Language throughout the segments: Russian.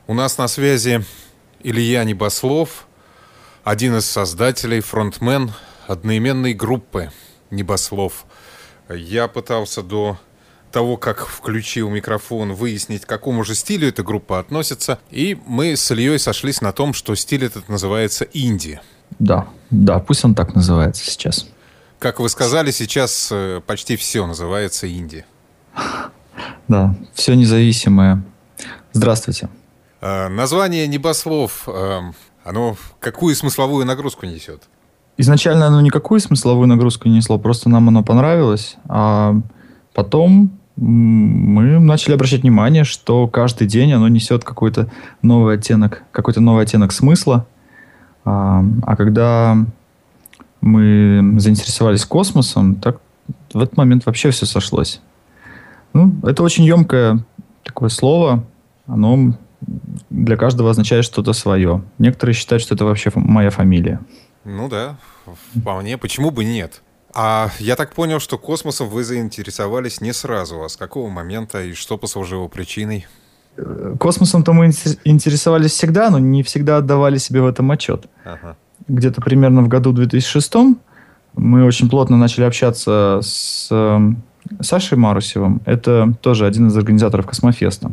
У нас на связи Илья Небослов, один из создателей, фронтмен одноименной группы «Небослов». Я пытался до того, как включил микрофон, выяснить, к какому же стилю эта группа относится. И мы с Ильей сошлись на том, что стиль этот называется инди. Да, пусть он так называется сейчас. Как вы сказали, сейчас почти все называется инди. Да, все независимое. Здравствуйте. Название «Небослов», оно какую смысловую нагрузку несет? Изначально оно никакую смысловую нагрузку не несло, просто нам оно понравилось. А потом мы начали обращать внимание, что каждый день оно несет какой-то новый оттенок смысла. А когда мы заинтересовались космосом, так в этот момент вообще все сошлось. Это очень емкое такое слово. Оно для каждого означает что-то свое. Некоторые считают, что это вообще моя фамилия. Ну да, вполне. Почему бы нет? А я так понял, что космосом вы заинтересовались не сразу. А с какого момента и что послужило причиной? Космосом-то мы интересовались всегда, но не всегда отдавали себе в этом отчет. Ага. Где-то примерно в году 2006 мы очень плотно начали общаться с Сашей Марусевым. Это тоже один из организаторов Космофеста.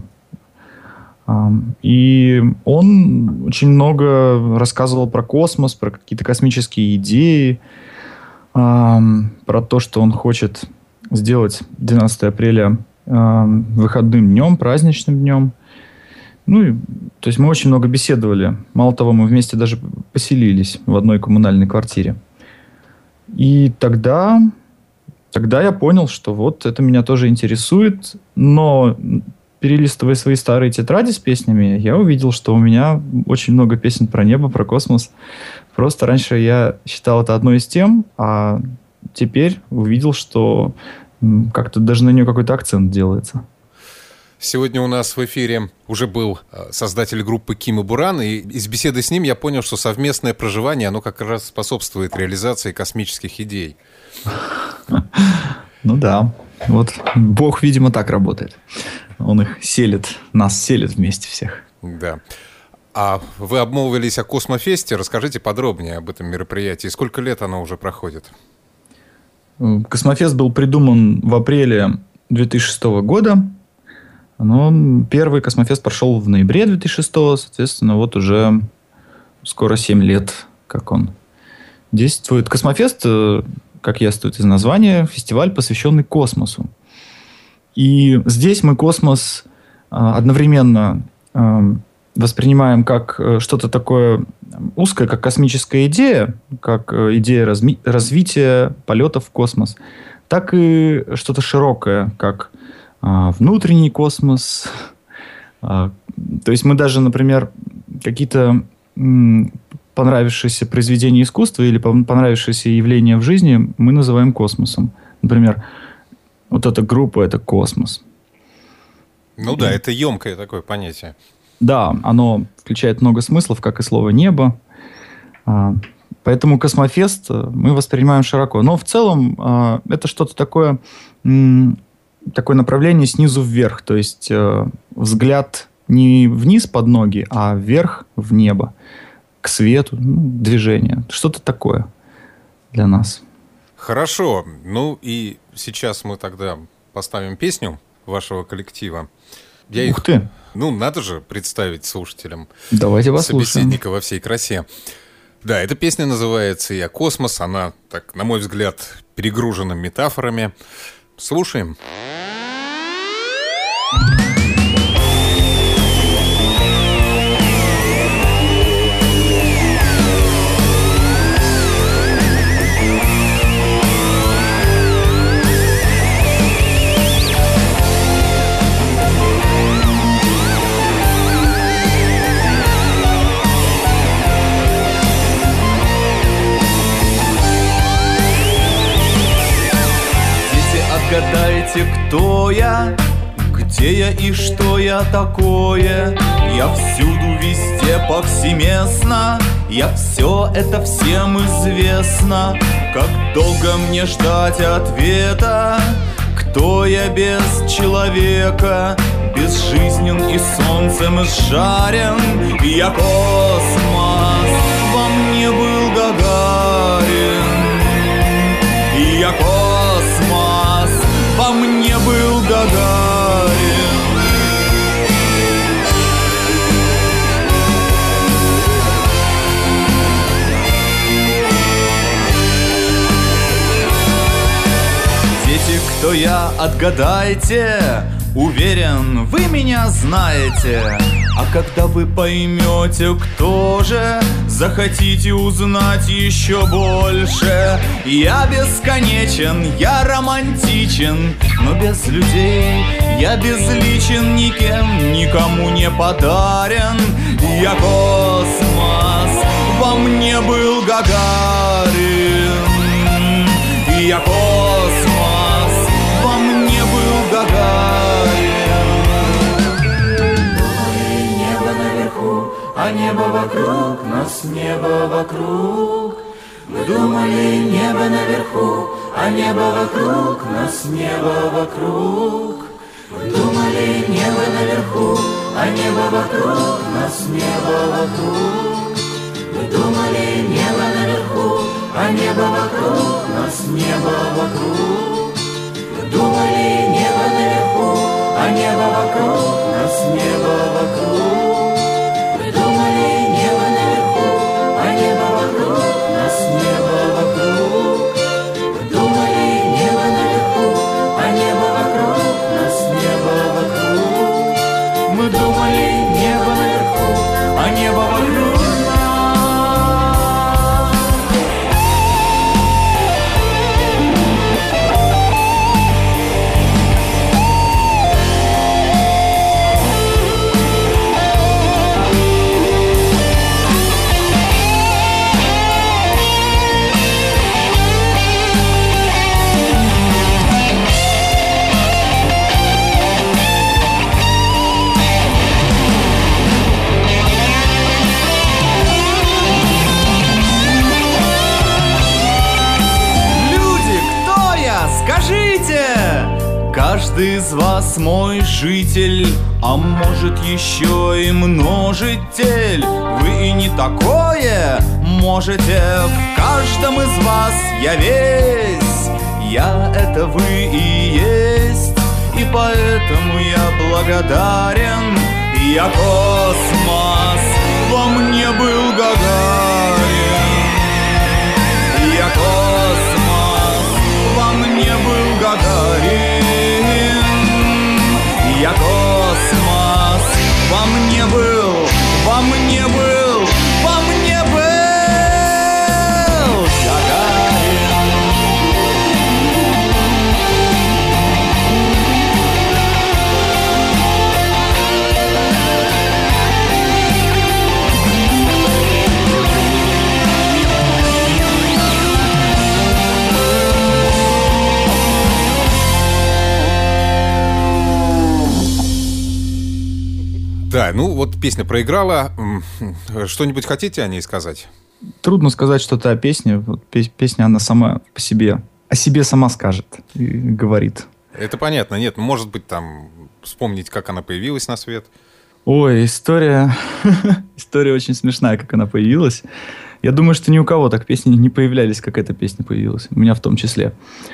И он очень много рассказывал про космос, про какие-то космические идеи, про то, что он хочет сделать 12 апреля выходным днем, праздничным днем. То есть мы очень много беседовали. Мало того, мы вместе даже поселились в одной коммунальной квартире. И тогда я понял, что вот это меня тоже интересует, но перелистывая свои старые тетради с песнями, я увидел, что у меня очень много песен про небо, про космос. Просто раньше я считал это одной из тем, а теперь увидел, что как-то даже на нее какой-то акцент делается. Сегодня у нас в эфире уже был создатель группы Ким и Буран, и из беседы с ним я понял, что совместное проживание, оно как раз способствует реализации космических идей. Ну да, вот Бог, видимо, так работает. Он их селит, нас селит вместе всех. Да. А вы обмолвились о Космофесте. Расскажите подробнее об этом мероприятии. Сколько лет оно уже проходит? Космофест был придуман в апреле 2006 года. Но первый Космофест прошел в ноябре 2006. Соответственно, вот уже скоро 7 лет, как он действует. Космофест, как яствует из названия, фестиваль, посвященный космосу. И здесь мы космос одновременно воспринимаем как что-то такое узкое, как космическая идея, как идея развития полетов в космос, так и что-то широкое, как внутренний космос. То есть мы даже, например, какие-то понравившиеся произведения искусства или понравившиеся явления в жизни мы называем космосом. Например, вот эта группа – это космос. Ну да, это емкое такое понятие. Да, оно включает много смыслов, как и слово «небо». Поэтому Космофест мы воспринимаем широко. Но в целом это что-то такое направление снизу вверх. То есть взгляд не вниз под ноги, а вверх в небо, к свету, движение. Что-то такое для нас. Хорошо. Ну и сейчас мы тогда поставим песню вашего коллектива. Ух ты! Надо же представить слушателям. Давайте послушаем. Собеседника во всей красе. Да, эта песня называется «Я космос». Она, так, на мой взгляд, перегружена метафорами. Слушаем. Отгадайте, кто я, где я и что я такое. Я всюду, везде, повсеместно. Я все, это всем известно. Как долго мне ждать ответа? Кто я без человека, безжизнен и солнцем сжарен. Я космос, во мне был Гагарин. Я космос, во мне был Гагарин. Дети, кто я, отгадайте, уверен, вы меня знаете. А когда вы поймете, кто же, захотите узнать еще больше. Я бесконечен, я романтичен, но без людей я безличен, никем, никому не подарен. Я космос, во мне был Гагарин. Я космос, во мне был Гагарин. Небо наверху, а небо вокруг, нас небо вокруг. Мы думали, небо наверху, а небо вокруг, нас небо вокруг. Мы думали, небо наверху, а небо вокруг, нас небо вокруг. Мы думали, небо наверху, а небо вокруг, нас небо вокруг. Мы думали, небо наверху, а небо вокруг, нас небо вокруг. Мы думали, небо наверху, а небо вокруг, нас небо вокруг. Мы думали, небо наверху, а небо вокруг, нас небо вокруг. Мы думали, небо наверху, а небо вокруг. Каждый из вас мой житель, а может еще и множитель. Вы и не такое можете, в каждом из вас я весь. Я это вы и есть, и поэтому я благодарен. Я космос, во мне был Гагарин. Я космос, во мне был Гагарин. Я космос, во мне был, во мне был, во мне был Гагарин. Да, ну вот песня проиграла. Что-нибудь хотите о ней сказать? Трудно сказать что-то о песне. Вот песня, она сама по себе, о себе сама скажет и говорит. Это понятно. Нет, может быть, там вспомнить, как она появилась на свет. Ой, история очень смешная, как она появилась. Я думаю, что ни у кого так песни не появлялись, как эта песня появилась. У меня в том числе.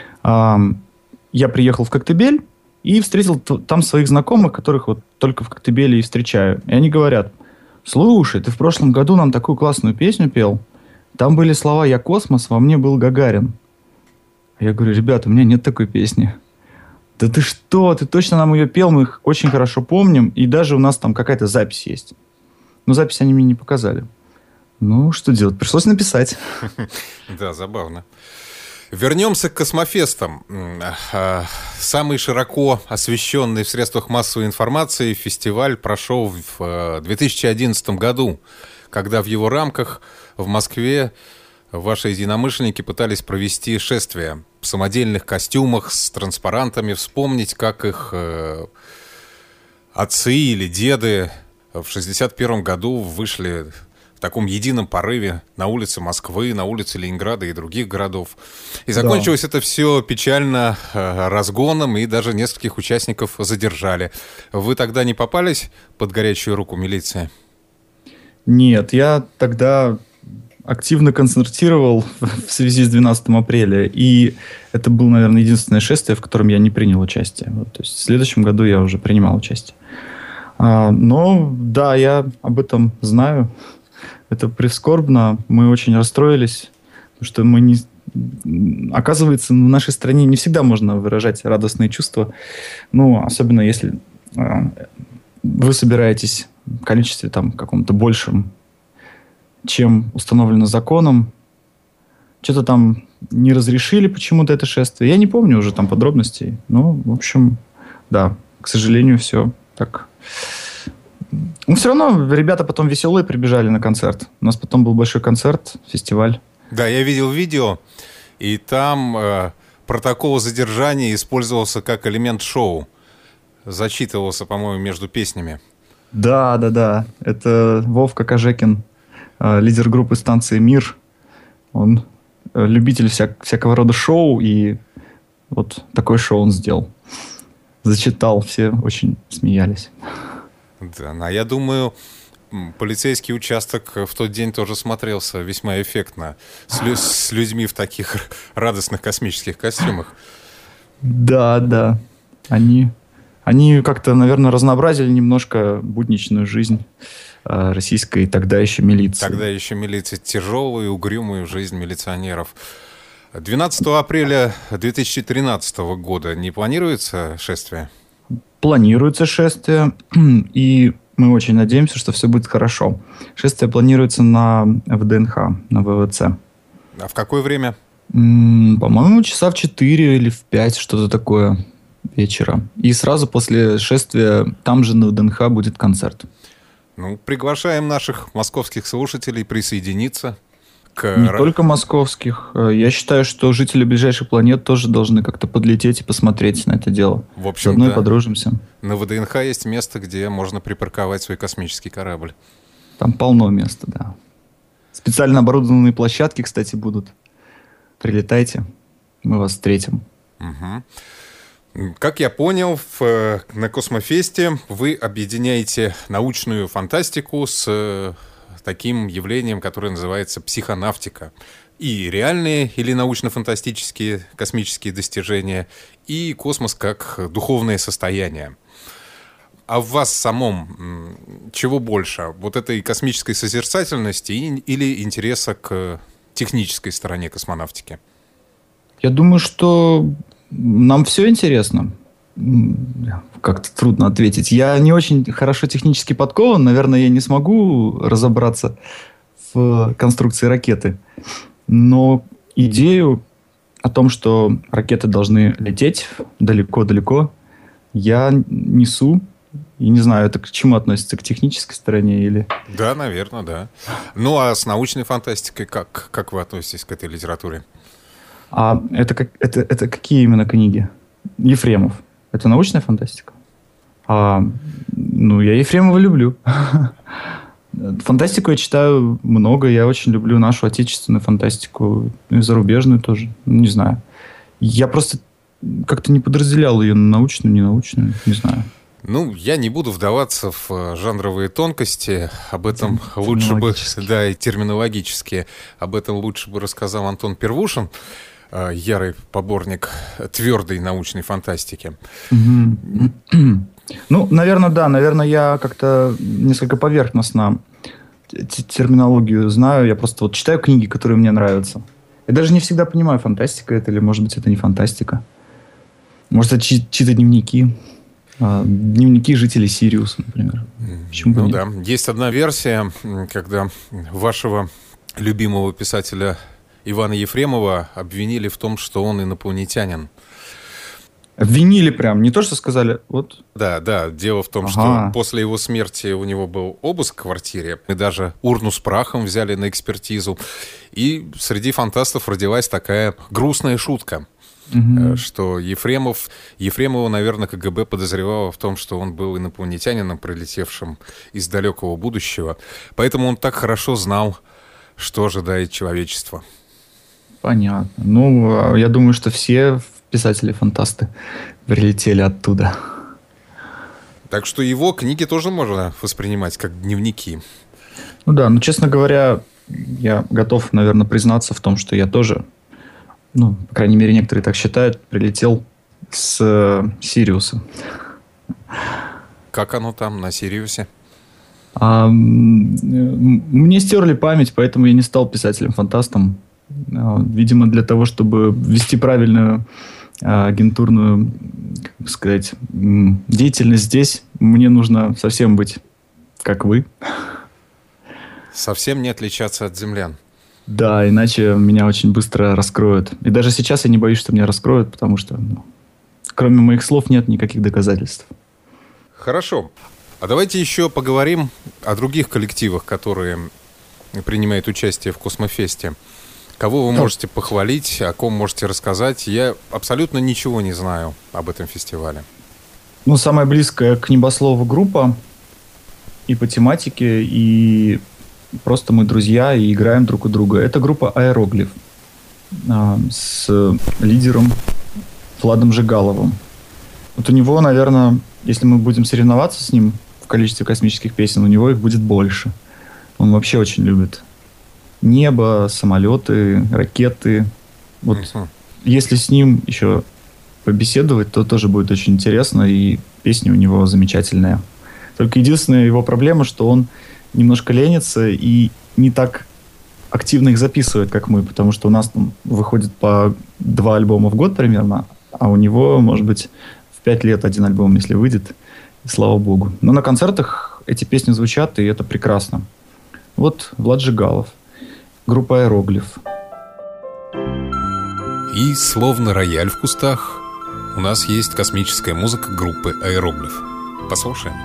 Я приехал в Коктебель и встретил там своих знакомых, которых вот только в Коктебеле и встречаю. И они говорят: слушай, ты в прошлом году нам такую классную песню пел. Там были слова «Я космос, во мне был Гагарин». Я говорю: ребята, у меня нет такой песни. Да ты что, ты точно нам ее пел, мы их очень хорошо помним, и даже у нас там какая-то запись есть. Но запись они мне не показали. Ну, что делать? Пришлось написать. Да, забавно. Вернемся к космофестам. Самый широко освещенный в средствах массовой информации фестиваль прошел в 2011 году, когда в его рамках в Москве ваши единомышленники пытались провести шествие в самодельных костюмах с транспарантами, вспомнить, как их отцы или деды в 1961 году вышли таком едином порыве на улице Москвы, на улице Ленинграда и других городов. И закончилось это все печально разгоном, и даже нескольких участников задержали. Вы тогда не попались под горячую руку милиции? Нет, я тогда активно концертировал в связи с 12 апреля, и это было, наверное, единственное шествие, в котором я не принял участие. То есть в следующем году я уже принимал участие. Но да, я об этом знаю. Это прискорбно. Мы очень расстроились, потому что мы не... Оказывается, в нашей стране не всегда можно выражать радостные чувства. Ну, особенно если вы собираетесь в количестве там каком-то большем, чем установлено законом. Что-то там не разрешили почему-то это шествие. Я не помню уже там подробностей. Ну, в общем, да, к сожалению, все так. Но все равно ребята потом веселые прибежали на концерт. У нас потом был большой концерт, фестиваль. Да, я видел видео, и там протокол задержания использовался как элемент шоу. Зачитывался, по-моему, между песнями. Да. Это Вовка Кожекин, лидер группы станции «Мир». Он любитель всякого рода шоу, и вот такое шоу он сделал. Зачитал, все очень смеялись. Да, а я думаю, полицейский участок в тот день тоже смотрелся весьма эффектно с людьми в таких радостных космических костюмах. Да. Они как-то, наверное, разнообразили немножко будничную жизнь российской тогда еще милиции. Тогда еще милиция, тяжелую и угрюмую жизнь милиционеров. 12 апреля 2013 года не планируется шествие? Планируется шествие, и мы очень надеемся, что все будет хорошо. Шествие планируется на ВДНХ, на ВВЦ. А в какое время? По-моему, часа в 4 или в 5, что-то такое, вечера. И сразу после шествия там же на ВДНХ будет концерт. Ну, приглашаем наших московских слушателей присоединиться к... Не только московских. Я считаю, что жители ближайших планет тоже должны как-то подлететь и посмотреть на это дело. В общем, заодно и подружимся. На ВДНХ есть место, где можно припарковать свой космический корабль. Там полно места, да. Специально оборудованные площадки, кстати, будут. Прилетайте, мы вас встретим. Угу. Как я понял, на Космофесте вы объединяете научную фантастику с таким явлением, которое называется психонавтика. И реальные или научно-фантастические космические достижения, и космос как духовное состояние. А в вас самом чего больше? Вот этой космической созерцательности или интереса к технической стороне космонавтики? Я думаю, что нам все интересно. Как-то трудно ответить. Я не очень хорошо технически подкован. Наверное, я не смогу разобраться в конструкции ракеты. Но идею о том, что ракеты должны лететь далеко-далеко, я несу. И не знаю, это к чему относится, к технической стороне или... Да, наверное, да. Ну, а с научной фантастикой как вы относитесь к этой литературе? А это какие именно книги? Ефремов. Это научная фантастика? Ну, я Ефремова люблю. Фантастику я читаю много. Я очень люблю нашу отечественную фантастику. И зарубежную тоже. Не знаю. Я просто как-то не подразделял ее на научную, ненаучную. Не знаю. Ну, я не буду вдаваться в жанровые тонкости. Об этом лучше бы... Да, и терминологические. Об этом лучше бы рассказал Антон Первушин, ярый поборник твердой научной фантастики. Ну, наверное, да. Наверное, я как-то несколько поверхностно терминологию знаю. Я просто вот читаю книги, которые мне нравятся. Я даже не всегда понимаю, фантастика это или, может быть, это не фантастика. Может, это чьи-то дневники. Дневники жителей Сириуса, например. Почему бы нет? Да. Есть одна версия, когда вашего любимого писателя Ивана Ефремова обвинили в том, что он инопланетянин. Обвинили прям, не то, что сказали, вот. Да. Дело в том, что после его смерти у него был обыск в квартире. Мы даже урну с прахом взяли на экспертизу. И среди фантастов родилась такая грустная шутка. что Ефремова, наверное, КГБ подозревало в том, что он был инопланетянином, прилетевшим из далекого будущего. Поэтому он так хорошо знал, что ожидает человечество. Понятно. Ну, я думаю, что все писатели-фантасты прилетели оттуда. Так что его книги тоже можно воспринимать как дневники. Ну да, но, честно говоря, я готов, наверное, признаться в том, что я тоже, ну, по крайней мере, некоторые так считают, прилетел с Сириуса. Как оно там на Сириусе? Мне стерли память, поэтому я не стал писателем-фантастом. Видимо, для того, чтобы вести правильную агентурную, как бы сказать, деятельность здесь, мне нужно совсем быть как вы. Совсем не отличаться от землян. Да, иначе меня очень быстро раскроют. И даже сейчас я не боюсь, что меня раскроют, потому что, кроме моих слов, нет никаких доказательств. Хорошо. А давайте еще поговорим о других коллективах, которые принимают участие в Космофесте. Кого вы можете похвалить, о ком можете рассказать? Я абсолютно ничего не знаю об этом фестивале. Ну, самая близкая к Небослову группа и по тематике, и просто мы друзья и играем друг у друга. Это группа «Аэроглиф» с лидером Владом Жигаловым. Вот у него, наверное, если мы будем соревноваться с ним в количестве космических песен, у него их будет больше. Он вообще очень любит небо, самолеты, ракеты. Вот если с ним еще побеседовать, то тоже будет очень интересно, и песни у него замечательные. Только единственная его проблема, что он немножко ленится и не так активно их записывает, как мы, потому что у нас там выходит по 2 альбома в год примерно, а у него, может быть, в 5 лет 1 альбом, если выйдет, и слава богу. Но на концертах эти песни звучат, и это прекрасно. Вот Влад Жигалов, группа «Аэроглиф». И словно рояль в кустах, у нас есть космическая музыка группы «Аэроглиф». Послушаем.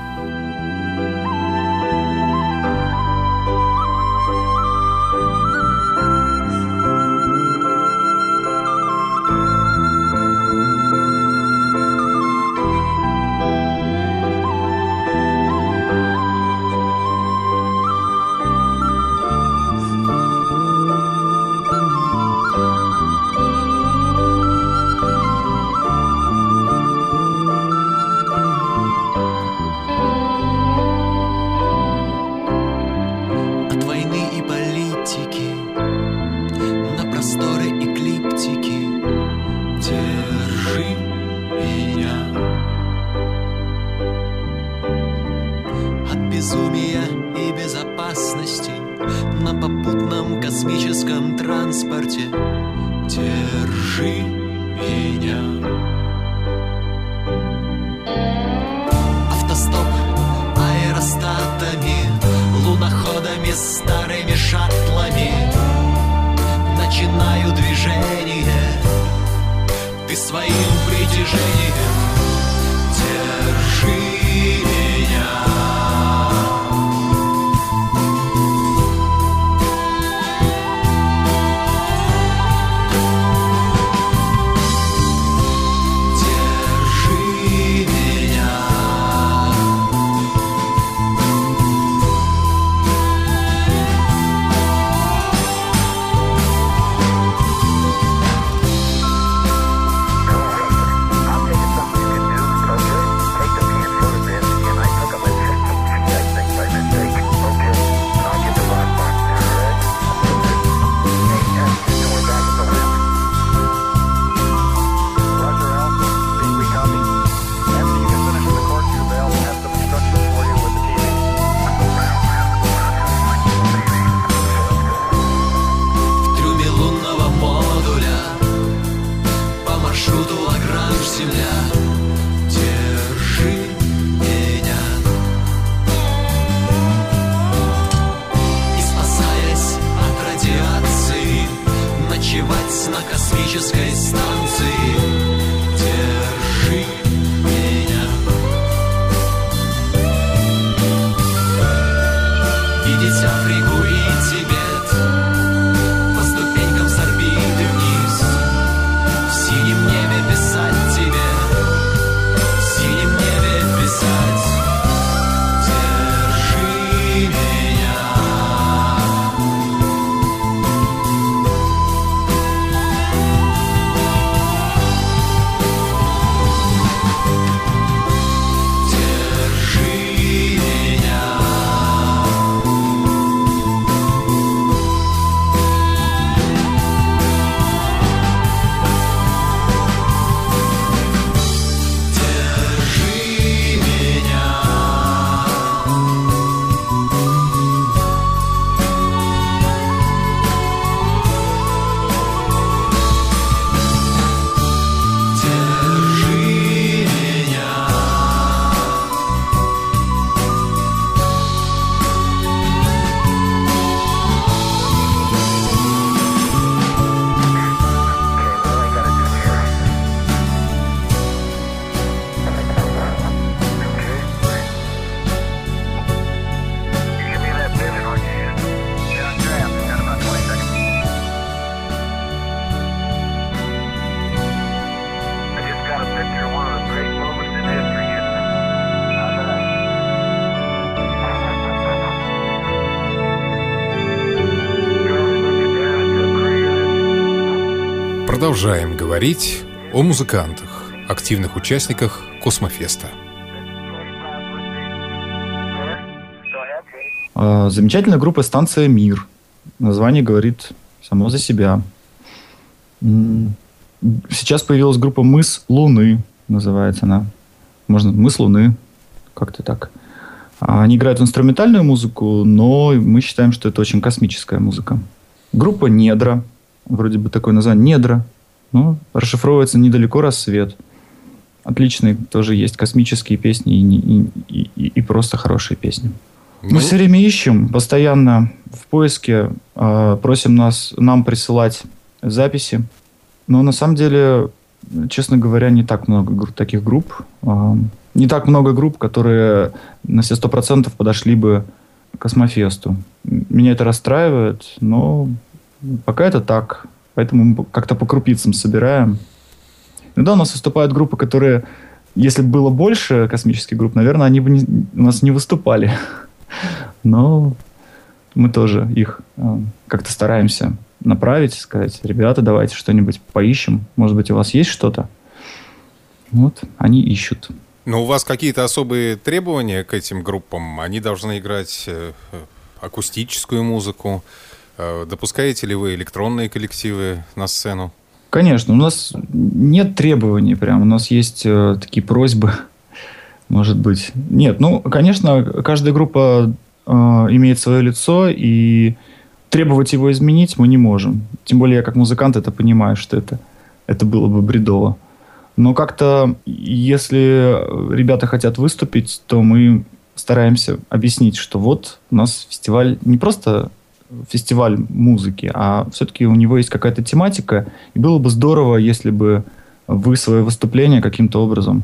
По ступенькам с орбиты вниз, в синем небе продолжаем говорить о музыкантах, активных участниках Космофеста. Замечательная группа «Станция Мир». Название говорит само за себя. Сейчас появилась группа «Мыс Луны», называется она. Можно «Мыс Луны», как-то так. Они играют инструментальную музыку, но мы считаем, что это очень космическая музыка. Группа «Недра». Вроде бы такое название «Недра». Но расшифровывается «Недалеко рассвет». Отличные тоже есть космические песни и просто хорошие песни. Мы все время ищем, постоянно в поиске, просим нам присылать записи. Но на самом деле, честно говоря, не так много таких групп. Не так много групп, которые на все 100% подошли бы к Космофесту. Меня это расстраивает, но пока это так. Поэтому мы как-то по крупицам собираем. Иногда у нас выступают группы, которые, если бы было больше космических групп, наверное, они бы у нас не выступали. Но мы тоже их как-то стараемся направить, сказать: ребята, давайте что-нибудь поищем. Может быть, у вас есть что-то? Вот, они ищут. Но у вас какие-то особые требования к этим группам? Они должны играть акустическую музыку? Допускаете ли вы электронные коллективы на сцену? Конечно, у нас нет требований прям. У нас есть такие просьбы, может быть. Нет, конечно, каждая группа имеет свое лицо, и требовать его изменить мы не можем. Тем более я как музыкант это понимаю, что это было бы бредово. Но как-то, если ребята хотят выступить, то мы стараемся объяснить, что вот у нас фестиваль не просто фестиваль музыки, а все-таки у него есть какая-то тематика, и было бы здорово, если бы вы свое выступление каким-то образом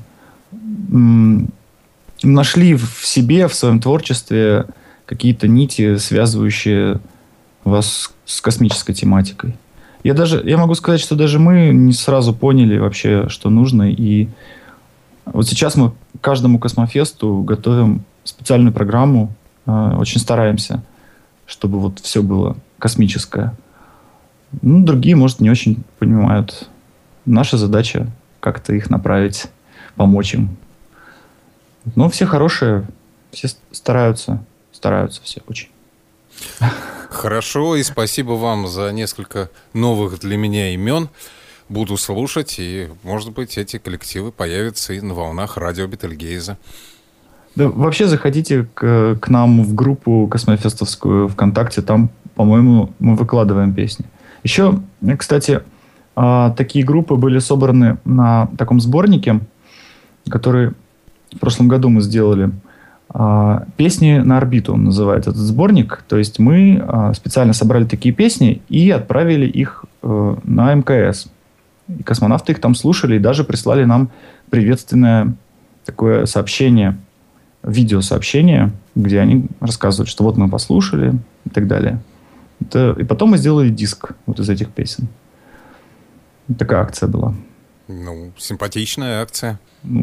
нашли в себе, в своем творчестве какие-то нити, связывающие вас с космической тематикой. Я могу сказать, что даже мы не сразу поняли вообще, что нужно. И вот сейчас мы к каждому Космофесту готовим специальную программу. Очень стараемся, чтобы вот все было космическое. Другие, может, не очень понимают. Наша задача как-то их направить, помочь им. Но все хорошие, все стараются все очень. Хорошо, и спасибо вам за несколько новых для меня имен. Буду слушать, и, может быть, эти коллективы появятся и на волнах радио Бетельгейзе. Да, вообще заходите к нам в группу космофестовскую ВКонтакте, там, по-моему, мы выкладываем песни. Еще, кстати, такие группы были собраны на таком сборнике, который в прошлом году мы сделали. «Песни на орбиту» он называет этот сборник. То есть мы специально собрали такие песни и отправили их на МКС. И космонавты их там слушали и даже прислали нам приветственное такое сообщение, видеосообщение, где они рассказывают, что вот мы послушали и так далее. И потом мы сделали диск вот из этих песен. Такая акция была. Симпатичная акция.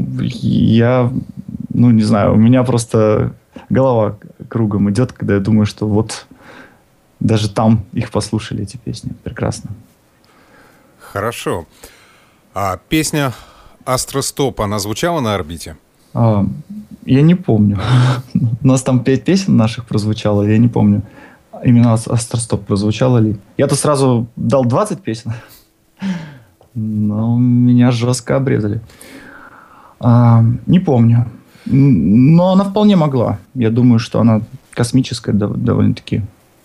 Не знаю, у меня просто голова кругом идет, когда я думаю, что вот даже там их послушали, эти песни. Прекрасно. Хорошо. А песня «Астростоп», она звучала на орбите? Я не помню. У нас там 5 песен наших прозвучало, я не помню, именно «Астростоп» прозвучало ли. Я-то сразу дал 20 песен, но меня жестко обрезали. Не помню. Но она вполне могла. Я думаю, что она космическая довольно-таки.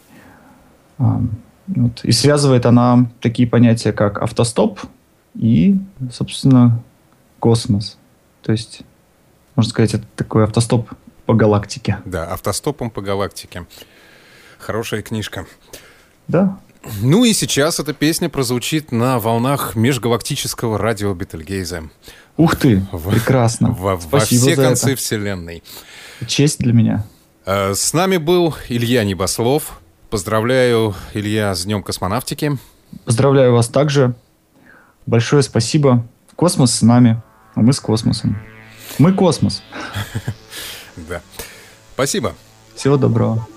Вот. И связывает она такие понятия, как автостоп и, собственно, космос. То есть, можно сказать, это такой автостоп по галактике. Да, автостопом по галактике. Хорошая книжка. Да. И сейчас эта песня прозвучит на волнах межгалактического радио Бетельгейзе. Ух ты, прекрасно. Во все концы вселенной. Честь для меня. С нами был Илья Небослов. Поздравляю, Илья, с Днем космонавтики. Поздравляю вас также. Большое спасибо. Космос с нами, а мы с космосом. Мы космос. Да. Спасибо. Всего доброго.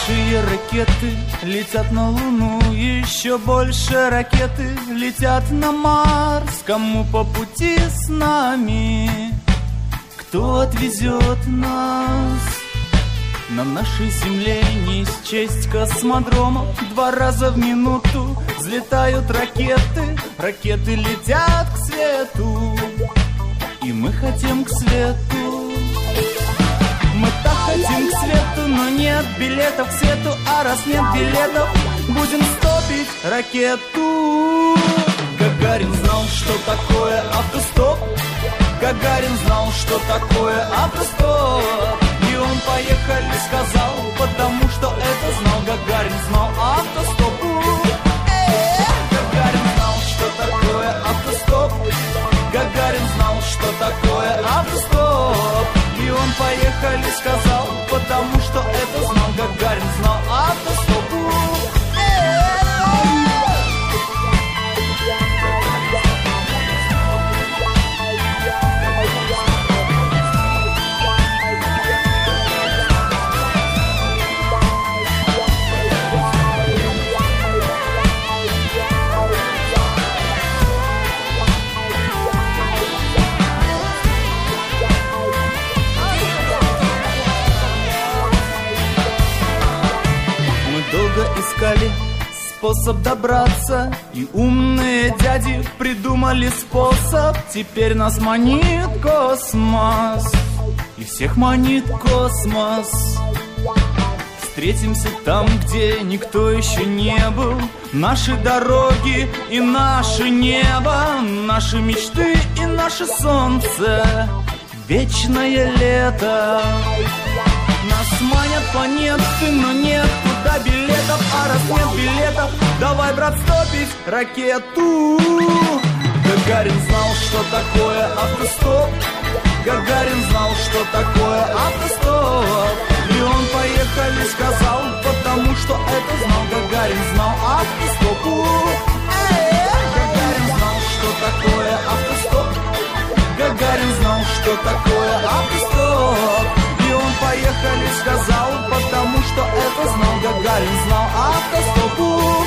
большие ракеты летят на Луну, еще больше ракеты летят на Марс. Кому по пути с нами? Кто отвезет нас? На нашей земле не счесть космодромов. 2 раза в минуту взлетают ракеты. Ракеты летят к свету, и мы хотим к свету. Мы так хотим к свету, но нет билетов к свету. А раз нет билетов, будем стопить ракету. Гагарин знал, что такое автостоп. Гагарин знал, что такое автостоп. И он поехали сказал, потому что это знал. Гагарин знал автостоп. Гагарин знал, что такое автостоп. Гагарин знал, что такое автостоп. И он поехали сказал, потому что это знал. Гагарин знал автостоп. Искали способ добраться, и умные дяди придумали способ. Теперь нас манит космос, и всех манит космос. Встретимся там, где никто еще не был. Наши дороги и наше небо, наши мечты и наше солнце, вечное лето. Нас манят планеты, но нет туда билетов. А раз нет билетов, давай, брат, стопить ракету. Гагарин знал, что такое автостоп. Гагарин знал, что такое автостоп. И он поехали сказал, потому что это знал. Гагарин знал автостоп. Гагарин знал, что такое автостоп. Гагарин знал, что такое автостоп. И он поехали сказал, потому что это знал. Гагарин знал автостопу.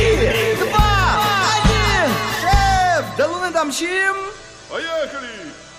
Поехали!